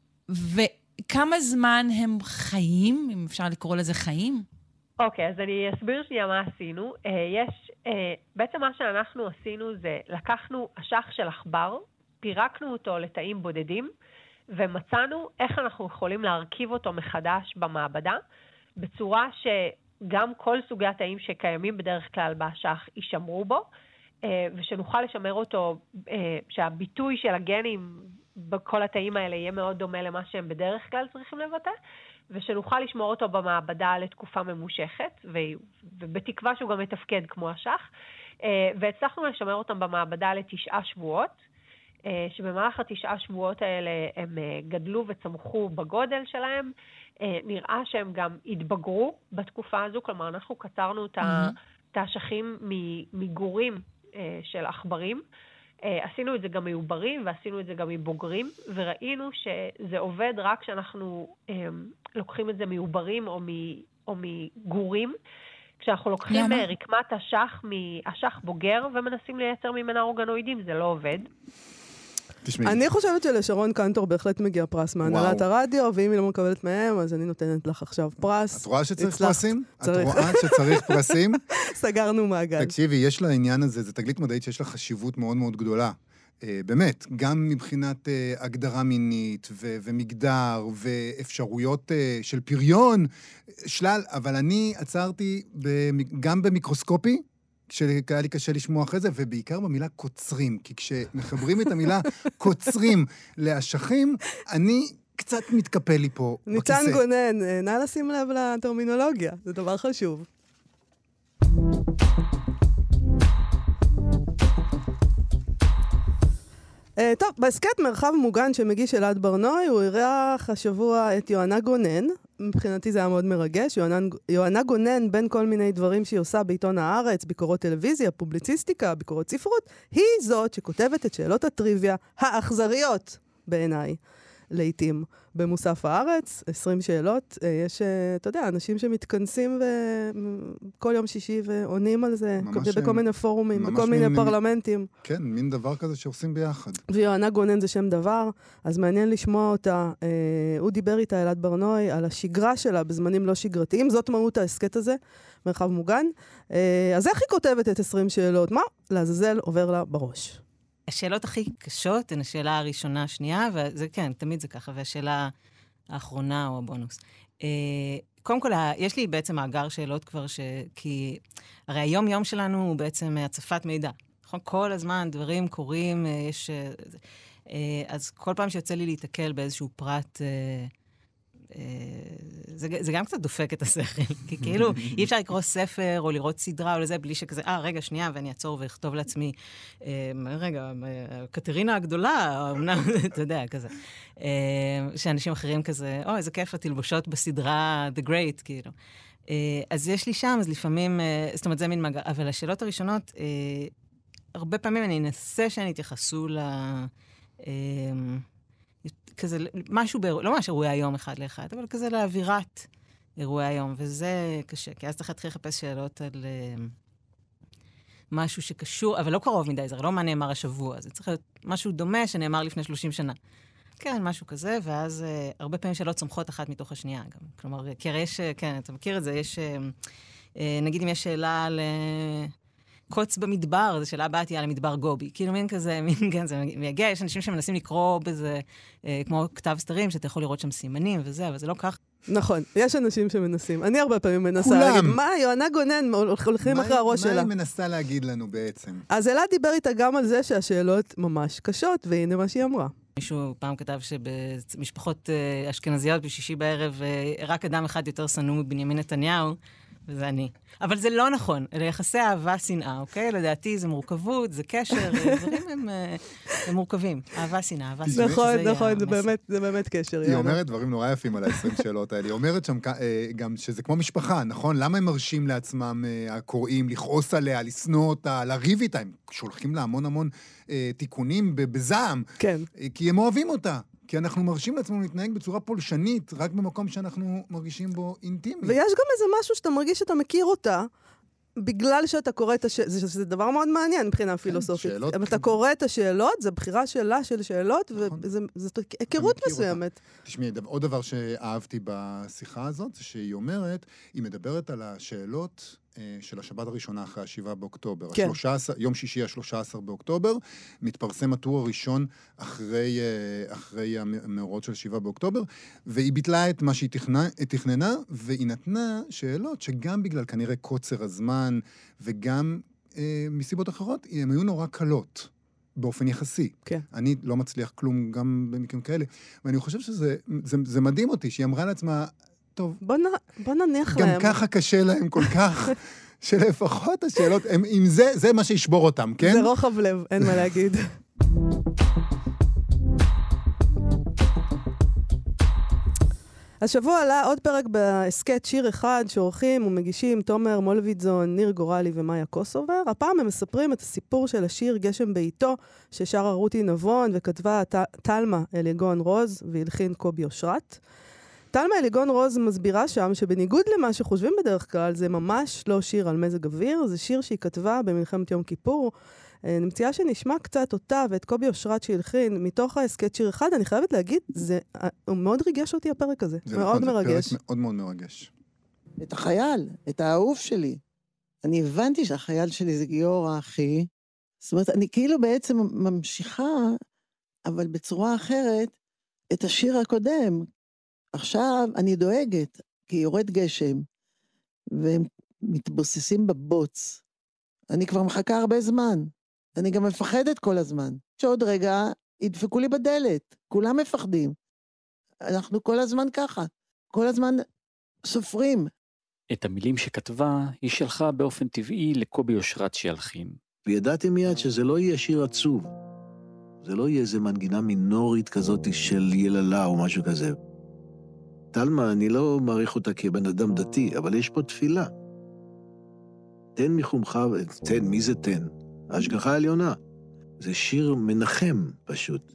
וכמה זמן הם חיים, אם אפשר לקרוא לזה חיים? אוקיי, אז אני אסביר שנייה מה עשינו. יש, בעצם מה שאנחנו עשינו זה, לקחנו אשח של עכבר, פירקנו אותו לתאים בודדים, ומצאנו איך אנחנו יכולים להרכיב אותו מחדש במעבדה, בצורה ש... גם כל סוגי התאים שקיימים בדרך כלל באשח יישמרו בו, ושנוכל לשמר אותו, שהביטוי של הגנים בכל התאים האלה יהיה מאוד דומה למה שהם בדרך כלל צריכים לבטא, ושנוכל לשמור אותו במעבדה לתקופה ממושכת, ובתקווה שהוא גם מתפקד כמו אשח, והצלחנו לשמר אותם במעבדה לתשעה שבועות, שבמהלך התשעה שבועות האלה הם גדלו וצמחו בגודל שלהם, נראה שהם גם התבגרו בתקופה הזו, כלומר אנחנו קצרנו את האשכים מגורים של עכברים, עשינו את זה גם מעוברים ועשינו את זה גם מבוגרים, וראינו שזה עובד רק כשאנחנו לוקחים את זה מעוברים או מגורים, כשאנחנו לוקחים רקמת אשח מאשח בוגר ומנסים לייצר ממנה אורגנואידים, זה לא עובד. אני חושבת שלשרון קנטור בהחלט מגיע פרס מהנהלת הרדיו, ואם היא לא מקבלת מהם, אז אני נותנת לך עכשיו פרס. את רואה שצריך פרסים? את רואה שצריך פרסים? סגרנו מעגל. תקשיבי, יש לעניין הזה, זה תגלית מדעית שיש לה חשיבות מאוד מאוד גדולה. באמת, גם מבחינת הגדרה מינית ומגדר ואפשרויות של פריון, שלל, אבל אני עצרתי גם במיקרוסקופי, שהיה לי קשה לשמוע אחרי זה, ובעיקר במילה קוצרים, כי כשמחברים את המילה קוצרים לאשכים, אני קצת מתקפל לי פה בכיסא. ניצן גונן, נא לשים לב לטרמינולוגיה, זה דבר חשוב. טוב, בהסקט מרחב מוגן שמגיש אלעד ברנוי, הוא אירח השבוע את יוהנה גונן. מבחינתי זה היה מאוד מרגש. יוהנה גונן, בין כל מיני דברים שהיא עושה בעיתון הארץ, ביקורות טלוויזיה, פובליציסטיקה, ביקורות ספרות, היא זאת שכותבת את שאלות הטריוויה האכזריות בעיניי. לעתים במוסף הארץ, עשרים שאלות, יש, אתה יודע, אנשים שמתכנסים כל יום שישי ועונים על זה, בכל מיני פורומים, בכל מיני פרלמנטים. כן, מין דבר כזה שעושים ביחד. ויוהנה גונן זה שם דבר, אז מעניין לשמוע אותה. הוא דיבר איתה, אלעד ברנוי, על השגרה שלה בזמנים לא שגרתיים, זאת מהות העסקת הזה, מרחב מוגן. אז איך היא כותבת את עשרים שאלות? מה? לעזאזל עובר לה בראש. השאלות הכי קשות הן השאלה הראשונה, השנייה, וזה כן, תמיד זה ככה, והשאלה האחרונה או הבונוס. קודם כל, יש לי בעצם מאגר שאלות כבר, ש... כי הרי היום-יום שלנו הוא בעצם הצפת מידע. נכון? כל הזמן דברים קורים, יש... אז כל פעם שיוצא לי להתקל באיזשהו פרט... זה, זה גם קצת דופק את השכל, כי כאילו אי אפשר לקרוא ספר או לראות סדרה או לזה בלי שכזה, אה, רגע, שנייה, ואני אעצור ואכתוב לעצמי, אה, רגע, קטרינה הגדולה, אמנם, אתה יודע, כזה. אה, שאנשים אחרים כזה, או, איזה כיף התלבושות בסדרה The Great, כאילו. אה, אז יש לי שם, אז לפעמים, אה, זאת אומרת, זה מין מגע, אבל השאלות הראשונות, אה, הרבה פעמים אני אנסה שהן יתייחסו ל... אה, כזה, משהו, לא ממש אירועי היום אחד לאחד, אבל כזה לאווירת אירועי היום, וזה קשה, כי אז צריך להתחיל לחפש שאלות על uh, משהו שקשור, אבל לא קרוב מדי, זה לא מה נאמר השבוע, זה צריך להיות משהו דומה שנאמר לפני שלושים שנה. כן, משהו כזה, ואז uh, הרבה פעמים שאלות צומחות אחת מתוך השנייה גם. כלומר, כי הרי יש, כן, אתה מכיר את זה, יש, uh, uh, נגיד אם יש שאלה על... Uh, קוץ במדבר, זו שאלה הבאה תהיה על המדבר גובי. כאילו מין כזה, מין כן, זה מייגע, יש אנשים שמנסים לקרוא בזה, אה, כמו כתב סתרים, שאתה יכול לראות שם סימנים וזה, אבל זה לא כך. נכון, יש אנשים שמנסים. אני הרבה פעמים מנסה להגיד, מה, יוהנה גונן, הולכים אחרי הראש שלה. מה היא מנסה להגיד לנו בעצם? אז אלעד דיבר איתה גם על זה שהשאלות ממש קשות, והנה מה שהיא אמרה. מישהו פעם כתב שבמשפחות אשכנזיות בשישי בערב, רק אדם אחד יותר שנוא מבנימין נתניהו, וזה אני. אבל זה לא נכון, אלה יחסי אהבה שנאה, אוקיי? לדעתי זה מורכבות, זה קשר, דברים הם, הם מורכבים. אהבה שנאה, אהבה שנאה. נכון, נכון, זה באמת, זה באמת קשר. היא אומרת דברים נורא יפים על ה-עשרים שאלות האלה. היא אומרת שם גם שזה כמו משפחה, נכון? למה הם מרשים לעצמם הקוראים, לכעוס עליה, לשנוא אותה, לריב איתה? הם שולחים לה המון המון תיקונים בזעם. כן. כי הם אוהבים אותה. כי אנחנו מרשים לעצמנו להתנהג בצורה פולשנית, רק במקום שאנחנו מרגישים בו אינטימי. ויש גם איזה משהו שאתה מרגיש שאתה מכיר אותה, בגלל שאתה קורא את השאלות, זה, זה דבר מאוד מעניין מבחינה פילוסופית. שאלות... אם אתה קורא את השאלות, זה בחירה שלה של שאלות, נכון. וזאת היכרות מסוימת. תשמעי, עוד דבר שאהבתי בשיחה הזאת, זה שהיא אומרת, היא מדברת על השאלות של השבת הראשונה אחרי השבעה באוקטובר. כן. ה-שלושה עשר, יום שישי ה-שלושה עשר באוקטובר, מתפרסם הטור הראשון אחרי, אחרי המאורעות של שבעה באוקטובר, והיא ביטלה את מה שהיא תכננה, תכננה, והיא נתנה שאלות שגם בגלל כנראה קוצר הזמן, וגם אה, מסיבות אחרות, הן היו נורא קלות. באופן יחסי. כן. אני לא מצליח כלום גם במקרים כאלה. ואני חושב שזה זה, זה מדהים אותי, שהיא אמרה לעצמה, טוב, בוא, נ, בוא נניח גם להם. גם ככה קשה להם כל כך, שלפחות השאלות, הם, אם זה, זה מה שישבור אותם, כן? זה רוחב לב, אין מה להגיד. השבוע עלה עוד פרק בהסקט שיר אחד שעורכים ומגישים תומר מולביטזון, ניר גורלי ומאיה קוסובר. הפעם הם מספרים את הסיפור של השיר גשם בעיתו, ששרה רותי נבון וכתבה תלמה אליגון רוז והלחין קובי אושרת. תלמה אליגון רוז מסבירה שם שבניגוד למה שחושבים בדרך כלל, זה ממש לא שיר על מזג אוויר, זה שיר שהיא כתבה במלחמת יום כיפור. אני מציעה שנשמע קצת אותה ואת קובי אושרת שהלחין מתוך ההסקט שיר אחד. אני חייבת להגיד, זה הוא מאוד ריגש אותי הפרק הזה. זה מאוד נכון, מרגש. זה פרק מאוד מאוד מרגש. את החייל, את האהוב שלי. אני הבנתי שהחייל שלי זה גיורא, אחי. זאת אומרת, אני כאילו בעצם ממשיכה, אבל בצורה אחרת, את השיר הקודם. עכשיו אני דואגת, כי יורד גשם, והם מתבוססים בבוץ. אני כבר מחכה הרבה זמן. אני גם מפחדת כל הזמן. שעוד רגע ידפקו לי בדלת. כולם מפחדים. אנחנו כל הזמן ככה. כל הזמן סופרים. את המילים שכתבה היא שלחה באופן טבעי לקובי אושרת שילחין. וידעתי מיד שזה לא יהיה שיר עצוב. זה לא יהיה איזה מנגינה מינורית כזאת של יללה או משהו כזה. תלמה, אני לא מעריך אותה כבן אדם דתי, אבל יש פה תפילה. תן מחומך, תן, מי זה תן? ההשגחה העליונה. זה שיר מנחם פשוט.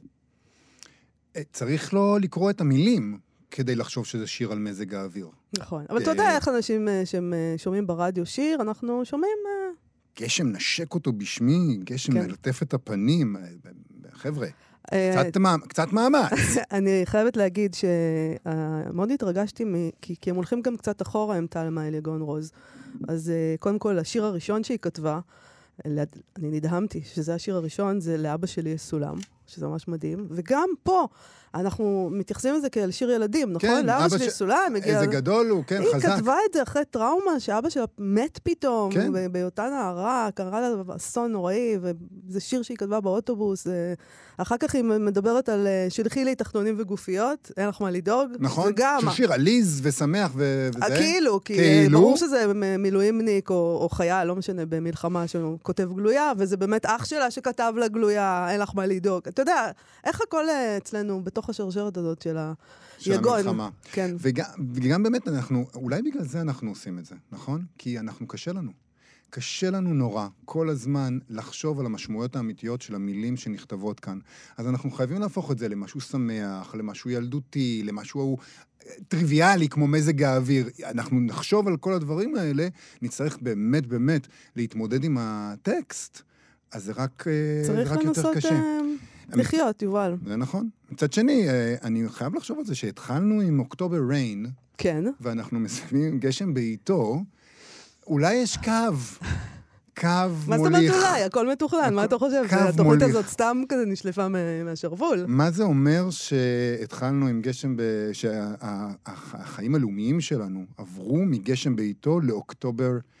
צריך לא לקרוא את המילים כדי לחשוב שזה שיר על מזג האוויר. נכון, אבל אתה יודע איך אנשים שהם שומעים ברדיו שיר, אנחנו שומעים... גשם נשק אותו בשמי, גשם מלטף את הפנים, חבר'ה. קצת מאמץ. אני חייבת להגיד שמאוד התרגשתי, כי הם הולכים גם קצת אחורה עם תלמה אליגון רוז. אז קודם כל, השיר הראשון שהיא כתבה, אני נדהמתי שזה השיר הראשון, זה לאבא שלי יש סולם, שזה ממש מדהים. וגם פה, אנחנו מתייחסים לזה כאל שיר ילדים, נכון? כן, לאבא שלי יש סולם. איזה גדול הוא, כן, חזק. היא כתבה את זה אחרי טראומה, שאבא שלה מת פתאום, בהיותה נערה, קראה לה אסון נוראי, וזה שיר שהיא כתבה באוטובוס. אחר כך היא מדברת על שלחי לי תחתונים וגופיות, אין לך מה לדאוג. נכון, שיר עליז ושמח וזה. כאילו, כי ברור שזה מילואימניק או חייל, לא משנה, במלחמה שהוא כותב גלויה, וזה באמת אח שלה שכתב לה גלויה, אין לך מה לדאוג. אתה יודע, איך הכל אצלנו בתוך השרשרת הזאת של היגון. של המלחמה. כן. וגם, וגם באמת אנחנו, אולי בגלל זה אנחנו עושים את זה, נכון? כי אנחנו קשה לנו. קשה לנו נורא כל הזמן לחשוב על המשמעויות האמיתיות של המילים שנכתבות כאן. אז אנחנו חייבים להפוך את זה למשהו שמח, למשהו ילדותי, למשהו טריוויאלי כמו מזג האוויר. אנחנו נחשוב על כל הדברים האלה, נצטרך באמת באמת להתמודד עם הטקסט, אז זה רק, זה רק יותר קשה. צריך לנסות לחיות, יובל. זה נכון. מצד שני, אני חייב לחשוב על זה שהתחלנו עם אוקטובר ריין, כן. ואנחנו מסיימים גשם בעיתו, אולי יש קו, קו מוליך. מה זאת אומרת אולי? הכל מתוכלן, מה אתה חושב? התוכנית הזאת סתם כזה נשלפה מהשרוול. מה זה אומר שהתחלנו עם גשם, שהחיים הלאומיים שלנו עברו מגשם בעיתו לאוקטובר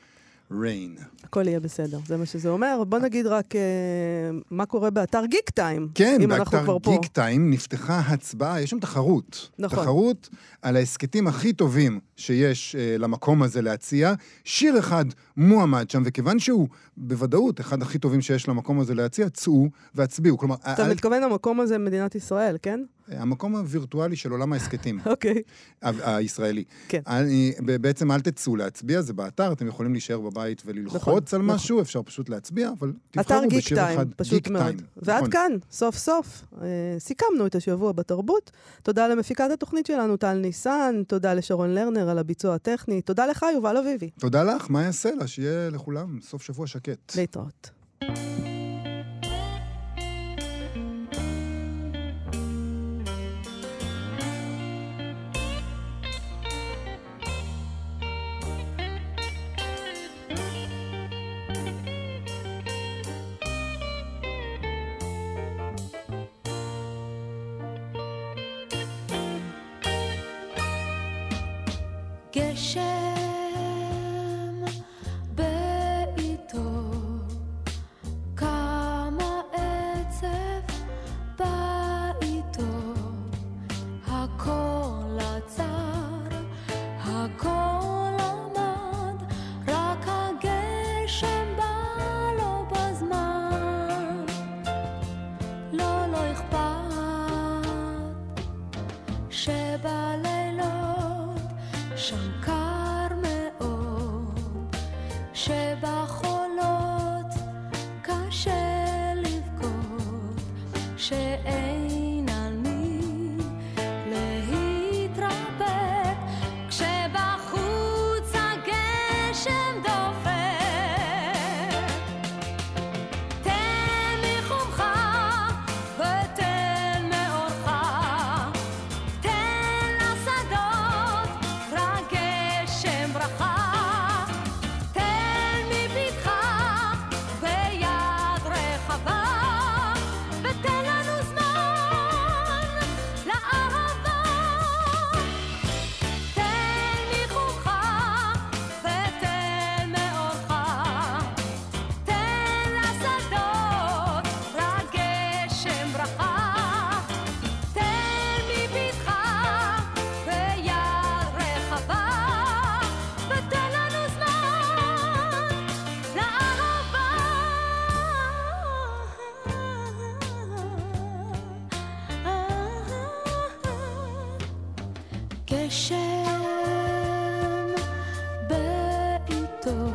rain. הכל יהיה בסדר, זה מה שזה אומר. בוא נגיד רק אה, מה קורה באתר גיק טיים. כן, אם אנחנו כבר באתר פה. גיק טיים נפתחה הצבעה, יש שם תחרות. נכון. תחרות על ההסקטים הכי טובים שיש אה, למקום הזה להציע. שיר אחד מועמד שם, וכיוון שהוא בוודאות אחד הכי טובים שיש למקום הזה להציע, צאו והצביעו. כלומר, אתה אל... מתכוון למקום הזה מדינת ישראל, כן? המקום הווירטואלי של עולם ההסקטים. אוקיי. הישראלי. כן. בעצם אל תצאו להצביע, זה באתר, אתם יכולים להישאר בבית וללחוץ על משהו, אפשר פשוט להצביע, אבל תבחרו בשיר אחד. פשוט מאוד. ועד כאן, סוף סוף, סיכמנו את השבוע בתרבות. תודה למפיקת התוכנית שלנו, טל ניסן, תודה לשרון לרנר על הביצוע הטכני, תודה לך, יובל אביבי. תודה לך, מאיה סלע, שיהיה לכולם סוף שבוע שקט. להתראות. גשם בעיתו, כמה עצב בעיתו, הכל עצר, הכל עמד, רק הגשם בא לו בזמן, לא, לא אכפת שבלילות שם קר מאוד, שבחולות קשה לבכות, שאין על מי להתרפק, כשבחוץ הגשם דופק. תן מחומך ותן מאורך, תן לשדות גשם ברכה, תן מביתך ביד רחבה, ותן לנו זמן לאהבה. תן מחומך ותן מאורך, תן לשדות רק גשם ברכה, תן מביתך ביד רחבה, ותן לנו זמן לאהבה. גשם בעיתו,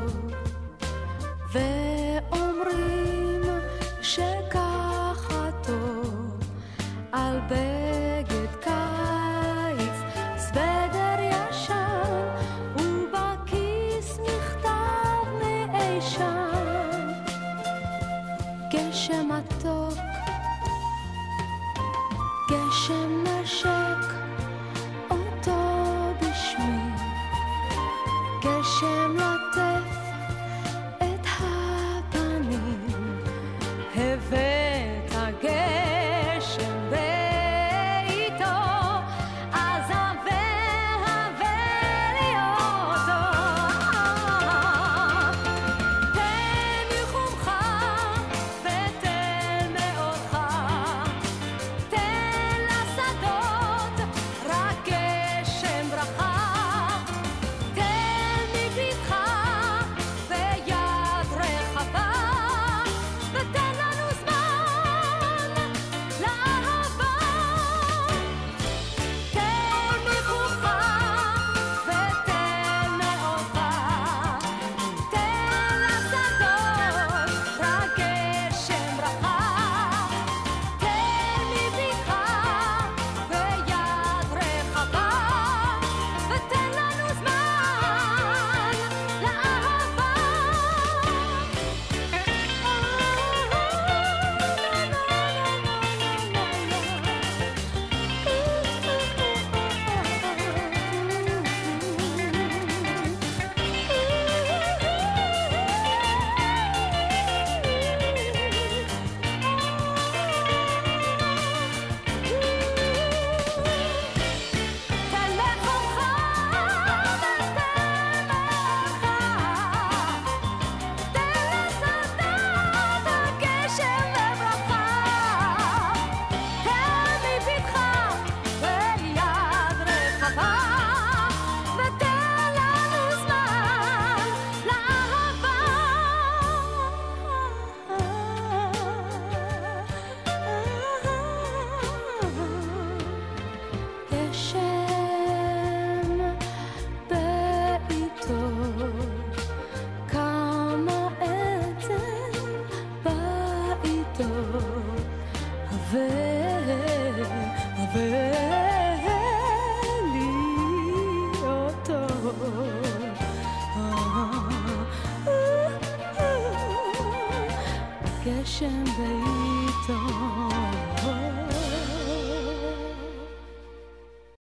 ואומרים שככה טוב על בגד קיץ, סוודר ישן, ובכיס מכתב מאי שם. גשם מתוק, גשם נשק אותו גשם בעיתון.